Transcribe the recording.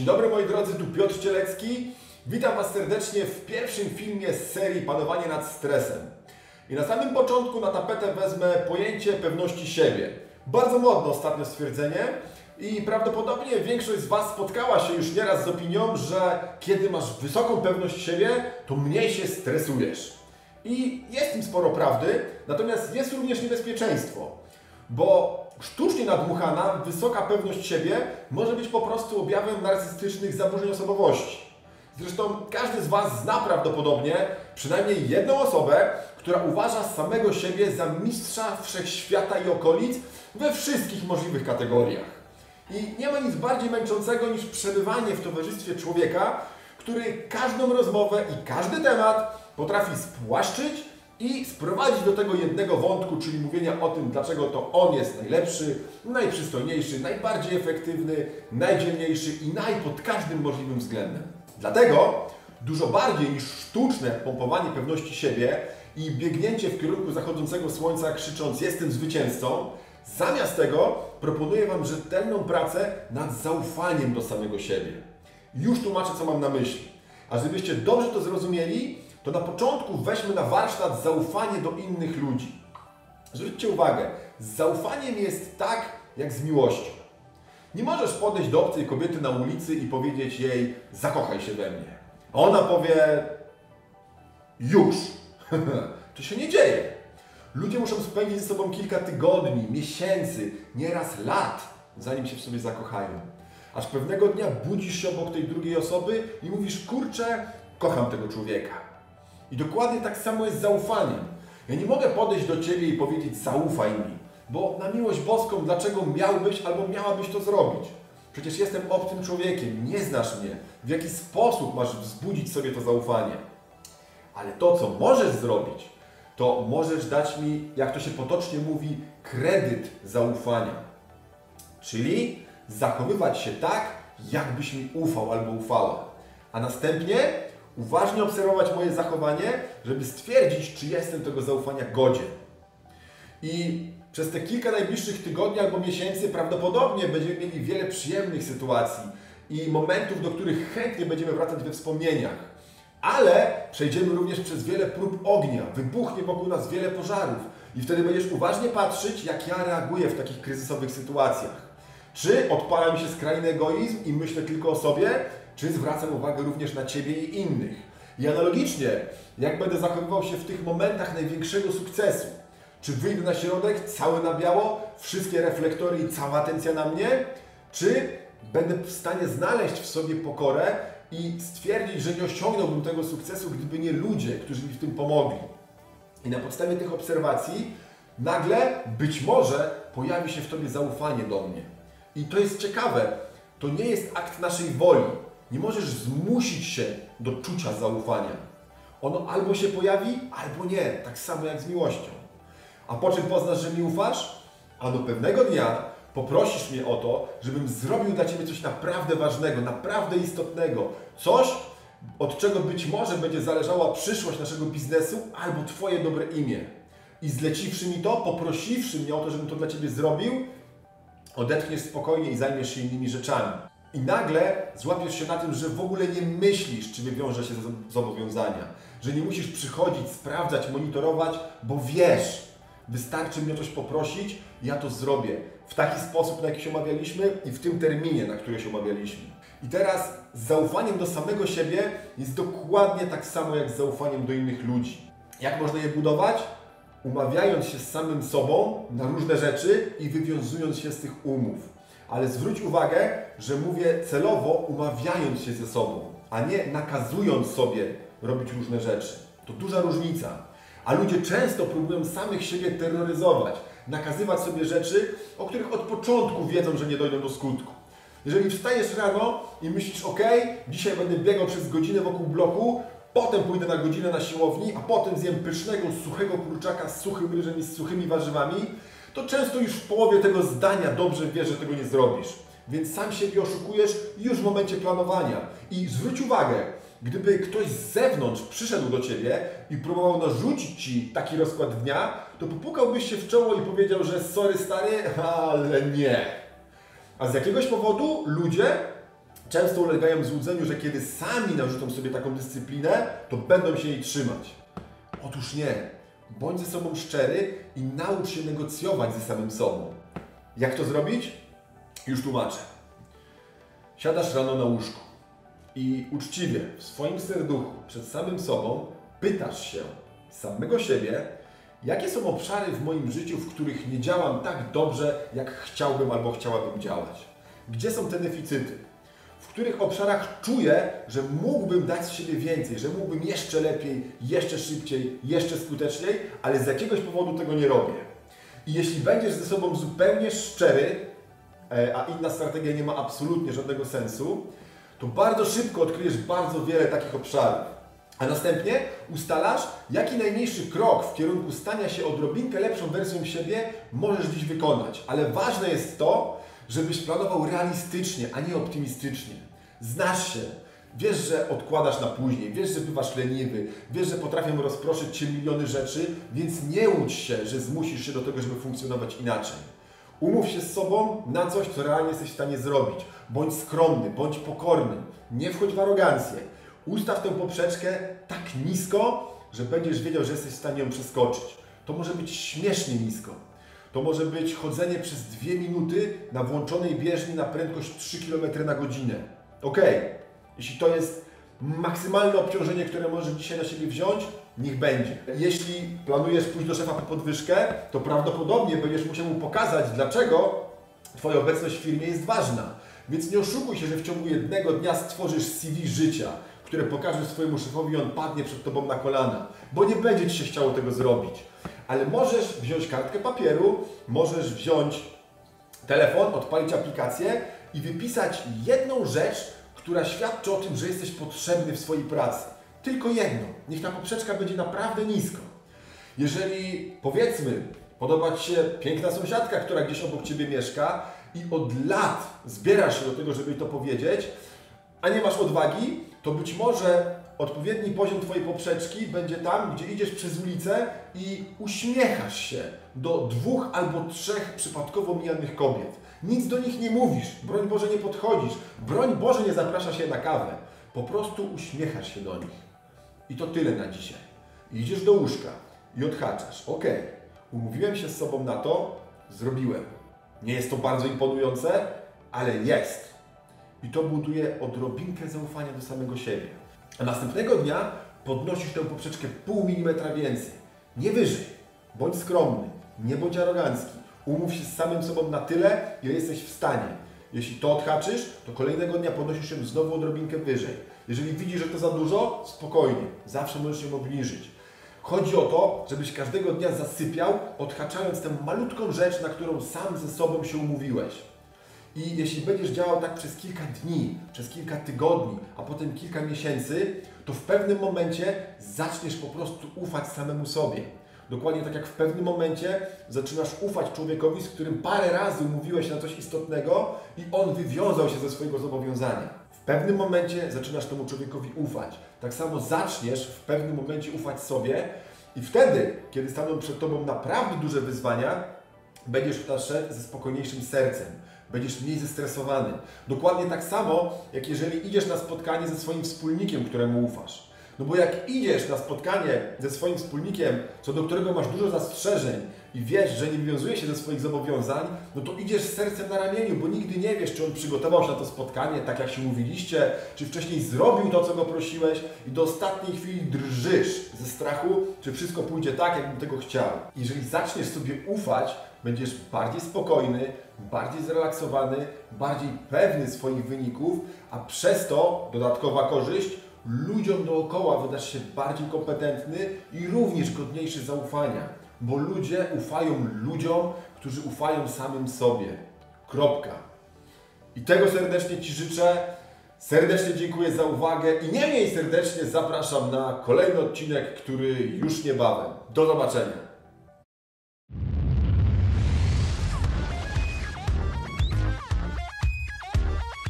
Dzień dobry moi drodzy, tu Piotr Cielecki. Witam Was serdecznie w pierwszym filmie z serii Panowanie nad stresem. I na samym początku na tapetę wezmę pojęcie pewności siebie. Bardzo modne ostatnio stwierdzenie i prawdopodobnie większość z Was spotkała się już nieraz z opinią, że kiedy masz wysoką pewność siebie, to mniej się stresujesz. I jest w tym sporo prawdy, natomiast jest również niebezpieczeństwo, bo sztucznie nadmuchana, wysoka pewność siebie może być po prostu objawem narcystycznych zaburzeń osobowości. Zresztą każdy z Was zna prawdopodobnie przynajmniej jedną osobę, która uważa samego siebie za mistrza wszechświata i okolic we wszystkich możliwych kategoriach. I nie ma nic bardziej męczącego niż przebywanie w towarzystwie człowieka, który każdą rozmowę i każdy temat potrafi spłaszczyć i sprowadzić do tego jednego wątku, czyli mówienia o tym, dlaczego to on jest najlepszy, najprzystojniejszy, najbardziej efektywny, najdzielniejszy i pod każdym możliwym względem. Dlatego dużo bardziej niż sztuczne pompowanie pewności siebie i biegnięcie w kierunku zachodzącego słońca krzycząc jestem zwycięzcą, zamiast tego proponuję Wam rzetelną pracę nad zaufaniem do samego siebie. Już tłumaczę, co mam na myśli. A żebyście dobrze to zrozumieli, to na początku weźmy na warsztat zaufanie do innych ludzi. Zwróćcie uwagę, z zaufaniem jest tak, jak z miłością. Nie możesz podejść do obcej kobiety na ulicy i powiedzieć jej zakochaj się we mnie. A ona powie już. To się nie dzieje. Ludzie muszą spędzić ze sobą kilka tygodni, miesięcy, nieraz lat, zanim się w sobie zakochają. Aż pewnego dnia budzisz się obok tej drugiej osoby i mówisz kurczę, kocham tego człowieka. I dokładnie tak samo jest z zaufaniem. Ja nie mogę podejść do Ciebie i powiedzieć zaufaj mi, bo na miłość boską dlaczego miałbyś albo miałabyś to zrobić? Przecież jestem obcym człowiekiem, nie znasz mnie. W jaki sposób masz wzbudzić sobie to zaufanie? Ale to, co możesz zrobić, to możesz dać mi, jak to się potocznie mówi, kredyt zaufania. Czyli zachowywać się tak, jakbyś mi ufał albo ufała. A następnie uważnie obserwować moje zachowanie, żeby stwierdzić, czy jestem tego zaufania godzien. I przez te kilka najbliższych tygodni albo miesięcy prawdopodobnie będziemy mieli wiele przyjemnych sytuacji i momentów, do których chętnie będziemy wracać we wspomnieniach. Ale przejdziemy również przez wiele prób ognia, wybuchnie wokół nas wiele pożarów i wtedy będziesz uważnie patrzeć, jak ja reaguję w takich kryzysowych sytuacjach. Czy odpala mi się skrajny egoizm i myślę tylko o sobie, czy zwracam uwagę również na Ciebie i innych. I analogicznie, jak będę zachowywał się w tych momentach największego sukcesu. Czy wyjdę na środek, cały na biało, wszystkie reflektory i cała atencja na mnie? Czy będę w stanie znaleźć w sobie pokorę i stwierdzić, że nie osiągnąłbym tego sukcesu, gdyby nie ludzie, którzy mi w tym pomogli? I na podstawie tych obserwacji nagle, być może, pojawi się w Tobie zaufanie do mnie. I to jest ciekawe, to nie jest akt naszej woli. Nie możesz zmusić się do czucia zaufania. Ono albo się pojawi, albo nie, tak samo jak z miłością. A po czym poznasz, że mi ufasz? A do pewnego dnia poprosisz mnie o to, żebym zrobił dla Ciebie coś naprawdę ważnego, naprawdę istotnego. Coś, od czego być może będzie zależała przyszłość naszego biznesu albo Twoje dobre imię. I zleciwszy mi to, poprosiwszy mnie o to, żebym to dla Ciebie zrobił, odetchniesz spokojnie i zajmiesz się innymi rzeczami. I nagle złapiesz się na tym, że w ogóle nie myślisz, czy wywiąże się z zobowiązania. Że nie musisz przychodzić, sprawdzać, monitorować, bo wiesz, wystarczy mnie o coś poprosić, ja to zrobię. W taki sposób, na jaki się umawialiśmy i w tym terminie, na który się umawialiśmy. I teraz z zaufaniem do samego siebie jest dokładnie tak samo jak z zaufaniem do innych ludzi. Jak można je budować? Umawiając się z samym sobą na różne rzeczy i wywiązując się z tych umów. Ale zwróć uwagę, że mówię celowo umawiając się ze sobą, a nie nakazując sobie robić różne rzeczy. To duża różnica. A ludzie często próbują samych siebie terroryzować, nakazywać sobie rzeczy, o których od początku wiedzą, że nie dojdą do skutku. Jeżeli wstajesz rano i myślisz, ok, dzisiaj będę biegał przez godzinę wokół bloku, potem pójdę na godzinę na siłowni, a potem zjem pysznego, suchego kurczaka z suchym ryżem i z suchymi warzywami, to często już w połowie tego zdania dobrze wiesz, że tego nie zrobisz. Więc sam siebie oszukujesz już w momencie planowania. I zwróć uwagę, gdyby ktoś z zewnątrz przyszedł do Ciebie i próbował narzucić Ci taki rozkład dnia, to popukałbyś się w czoło i powiedział, że sorry stary, ale nie. A z jakiegoś powodu ludzie często ulegają złudzeniu, że kiedy sami narzucą sobie taką dyscyplinę, to będą się jej trzymać. Otóż nie. Bądź ze sobą szczery i naucz się negocjować ze samym sobą. Jak to zrobić? Już tłumaczę. Siadasz rano na łóżku i uczciwie w swoim serduchu, przed samym sobą, pytasz się samego siebie, jakie są obszary w moim życiu, w których nie działam tak dobrze, jak chciałbym albo chciałabym działać. Gdzie są te deficyty? W których obszarach czuję, że mógłbym dać z siebie więcej, że mógłbym jeszcze lepiej, jeszcze szybciej, jeszcze skuteczniej, ale z jakiegoś powodu tego nie robię. I jeśli będziesz ze sobą zupełnie szczery, a inna strategia nie ma absolutnie żadnego sensu, to bardzo szybko odkryjesz bardzo wiele takich obszarów. A następnie ustalasz, jaki najmniejszy krok w kierunku stania się odrobinkę lepszą wersją siebie możesz dziś wykonać. Ale ważne jest to, żebyś planował realistycznie, a nie optymistycznie. Znasz się, wiesz, że odkładasz na później, wiesz, że bywasz leniwy, wiesz, że potrafią rozproszyć Cię miliony rzeczy, więc nie łudź się, że zmusisz się do tego, żeby funkcjonować inaczej. Umów się z sobą na coś, co realnie jesteś w stanie zrobić. Bądź skromny, bądź pokorny, nie wchodź w arogancję. Ustaw tę poprzeczkę tak nisko, że będziesz wiedział, że jesteś w stanie ją przeskoczyć. To może być śmiesznie nisko. To może być chodzenie przez 2 minuty na włączonej bieżni na prędkość 3 km na godzinę. Ok, jeśli to jest maksymalne obciążenie, które możesz dzisiaj na siebie wziąć, niech będzie. Jeśli planujesz pójść do szefa po podwyżkę, to prawdopodobnie będziesz musiał mu pokazać, dlaczego Twoja obecność w firmie jest ważna. Więc nie oszukuj się, że w ciągu jednego dnia stworzysz CV życia, które pokażesz swojemu szefowi i on padnie przed Tobą na kolana, bo nie będzie Ci się chciało tego zrobić. Ale możesz wziąć kartkę papieru, możesz wziąć telefon, odpalić aplikację i wypisać jedną rzecz, która świadczy o tym, że jesteś potrzebny w swojej pracy. Tylko jedno. Niech ta poprzeczka będzie naprawdę nisko. Jeżeli, powiedzmy, podoba Ci się piękna sąsiadka, która gdzieś obok Ciebie mieszka i od lat zbierasz się do tego, żeby jej to powiedzieć, a nie masz odwagi, to być może odpowiedni poziom Twojej poprzeczki będzie tam, gdzie idziesz przez ulicę i uśmiechasz się do 2 albo 3 przypadkowo mijanych kobiet. Nic do nich nie mówisz, broń Boże nie podchodzisz, broń Boże nie zapraszasz się na kawę. Po prostu uśmiechasz się do nich. I to tyle na dzisiaj. Idziesz do łóżka i odhaczasz. Ok, umówiłem się z sobą na to, zrobiłem. Nie jest to bardzo imponujące, ale jest. I to buduje odrobinkę zaufania do samego siebie. A następnego dnia podnosisz tę poprzeczkę pół milimetra więcej. Nie wyżej. Bądź skromny, nie bądź arogancki. Umów się z samym sobą na tyle, ile jesteś w stanie. Jeśli to odhaczysz, to kolejnego dnia podnosisz się znowu odrobinkę wyżej. Jeżeli widzisz, że to za dużo, spokojnie. Zawsze możesz się obniżyć. Chodzi o to, żebyś każdego dnia zasypiał, odhaczając tę malutką rzecz, na którą sam ze sobą się umówiłeś. I jeśli będziesz działał tak przez kilka dni, przez kilka tygodni, a potem kilka miesięcy, to w pewnym momencie zaczniesz po prostu ufać samemu sobie. Dokładnie tak jak w pewnym momencie zaczynasz ufać człowiekowi, z którym parę razy umówiłeś się na coś istotnego i on wywiązał się ze swojego zobowiązania. W pewnym momencie zaczynasz temu człowiekowi ufać. Tak samo zaczniesz w pewnym momencie ufać sobie i wtedy, kiedy staną przed Tobą naprawdę duże wyzwania, będziesz w to szedł ze spokojniejszym sercem. Będziesz mniej zestresowany. Dokładnie tak samo, jak jeżeli idziesz na spotkanie ze swoim wspólnikiem, któremu ufasz. No bo jak idziesz na spotkanie ze swoim wspólnikiem, co do którego masz dużo zastrzeżeń i wiesz, że nie wywiązuje się ze swoich zobowiązań, no to idziesz z sercem na ramieniu, bo nigdy nie wiesz, czy on przygotował się na to spotkanie, tak jak się mówiliście, czy wcześniej zrobił to, co go prosiłeś i do ostatniej chwili drżysz ze strachu, czy wszystko pójdzie tak, jakbym tego chciał. Jeżeli zaczniesz sobie ufać, będziesz bardziej spokojny, bardziej zrelaksowany, bardziej pewny swoich wyników, a przez to dodatkowa korzyść, ludziom dookoła wydasz się bardziej kompetentny i również godniejszy zaufania, bo ludzie ufają ludziom, którzy ufają samym sobie. Kropka. I tego serdecznie Ci życzę. Serdecznie dziękuję za uwagę i nie mniej serdecznie zapraszam na kolejny odcinek, który już niebawem. Do zobaczenia.